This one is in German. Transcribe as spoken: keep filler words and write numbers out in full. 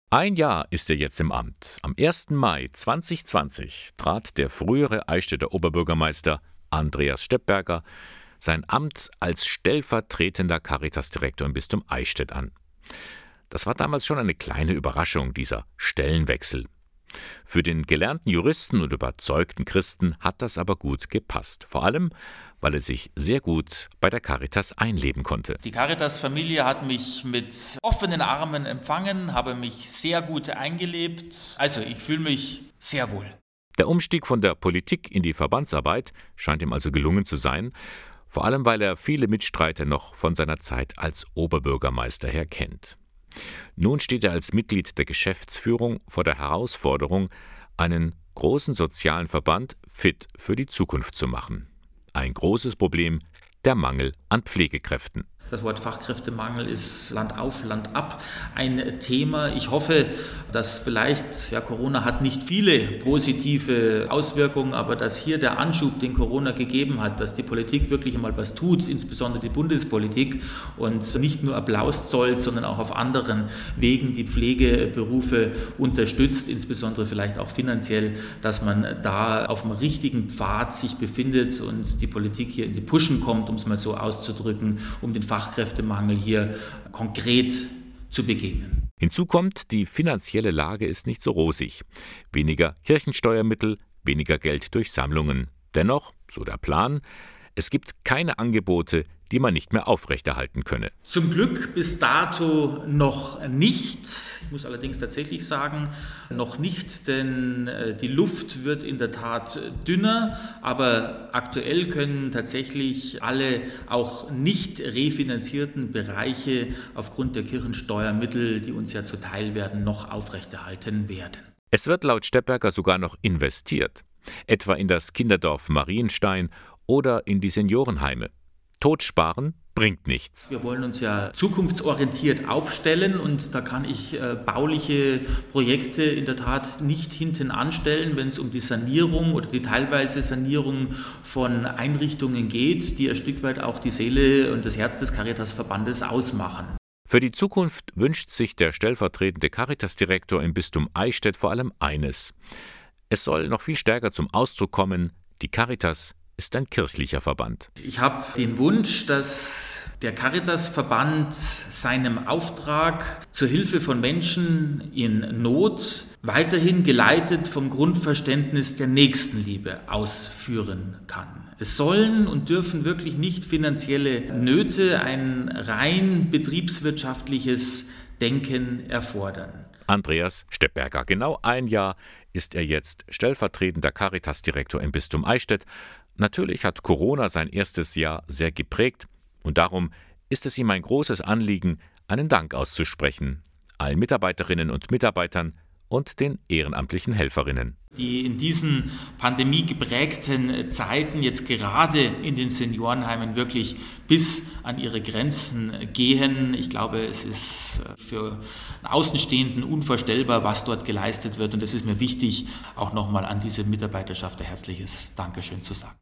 Ein Jahr ist er jetzt im Amt. Am ersten Mai zweitausendzwanzig trat der frühere Eichstätter Oberbürgermeister Andreas Steppberger sein Amt als stellvertretender Caritasdirektor im Bistum Eichstätt an. Das war damals schon eine kleine Überraschung, dieser Stellenwechsel. Für den gelernten Juristen und überzeugten Christen hat das aber gut gepasst. Vor allem, weil er sich sehr gut bei der Caritas einleben konnte. Die Caritas-Familie hat mich mit offenen Armen empfangen, habe mich sehr gut eingelebt. Also ich fühle mich sehr wohl. Der Umstieg von der Politik in die Verbandsarbeit scheint ihm also gelungen zu sein, vor allem weil er viele Mitstreiter noch von seiner Zeit als Oberbürgermeister her kennt. Nun steht er als Mitglied der Geschäftsführung vor der Herausforderung, einen großen sozialen Verband fit für die Zukunft zu machen. Ein großes Problem, der Mangel an Pflegekräften. Das Wort Fachkräftemangel ist Land auf, Land ab ein Thema. Ich hoffe, dass vielleicht, ja, Corona hat nicht viele positive Auswirkungen, aber dass hier der Anschub, den Corona gegeben hat, dass die Politik wirklich einmal was tut, insbesondere die Bundespolitik, und nicht nur Applaus zollt, sondern auch auf anderen Wegen die Pflegeberufe unterstützt, insbesondere vielleicht auch finanziell, dass man da auf dem richtigen Pfad sich befindet und die Politik hier in die Puschen kommt, um es mal so auszudrücken, um den Fachkräftemangel hier konkret zu begegnen. Hinzu kommt, die finanzielle Lage ist nicht so rosig. Weniger Kirchensteuermittel, weniger Geld durch Sammlungen. Dennoch, so der Plan, es gibt keine Angebote, die man nicht mehr aufrechterhalten könne. Zum Glück bis dato noch nicht. Ich muss allerdings tatsächlich sagen, noch nicht, denn die Luft wird in der Tat dünner. Aber aktuell können tatsächlich alle auch nicht refinanzierten Bereiche aufgrund der Kirchensteuermittel, die uns ja zuteil werden, noch aufrechterhalten werden. Es wird laut Steppberger sogar noch investiert, etwa in das Kinderdorf Marienstein oder in die Seniorenheime. Totsparen bringt nichts. Wir wollen uns ja zukunftsorientiert aufstellen und da kann ich äh, bauliche Projekte in der Tat nicht hinten anstellen, wenn es um die Sanierung oder die teilweise Sanierung von Einrichtungen geht, die ein Stück weit auch die Seele und das Herz des Caritas-Verbandes ausmachen. Für die Zukunft wünscht sich der stellvertretende Caritasdirektor im Bistum Eichstätt vor allem eines. Es soll noch viel stärker zum Ausdruck kommen, die Caritas ist ein kirchlicher Verband. Ich habe den Wunsch, dass der Caritas-Verband seinem Auftrag zur Hilfe von Menschen in Not weiterhin geleitet vom Grundverständnis der Nächstenliebe ausführen kann. Es sollen und dürfen wirklich nicht finanzielle Nöte, ein rein betriebswirtschaftliches Denken erfordern. Andreas Steppberger. Genau ein Jahr ist er jetzt stellvertretender Caritasdirektor im Bistum Eichstätt. Natürlich hat Corona sein erstes Jahr sehr geprägt und darum ist es ihm ein großes Anliegen, einen Dank auszusprechen. Allen Mitarbeiterinnen und Mitarbeitern und den ehrenamtlichen Helferinnen. Die in diesen pandemiegeprägten Zeiten jetzt gerade in den Seniorenheimen wirklich bis an ihre Grenzen gehen. Ich glaube, es ist für einen Außenstehenden unvorstellbar, was dort geleistet wird. Und es ist mir wichtig, auch nochmal an diese Mitarbeiterschaft ein herzliches Dankeschön zu sagen.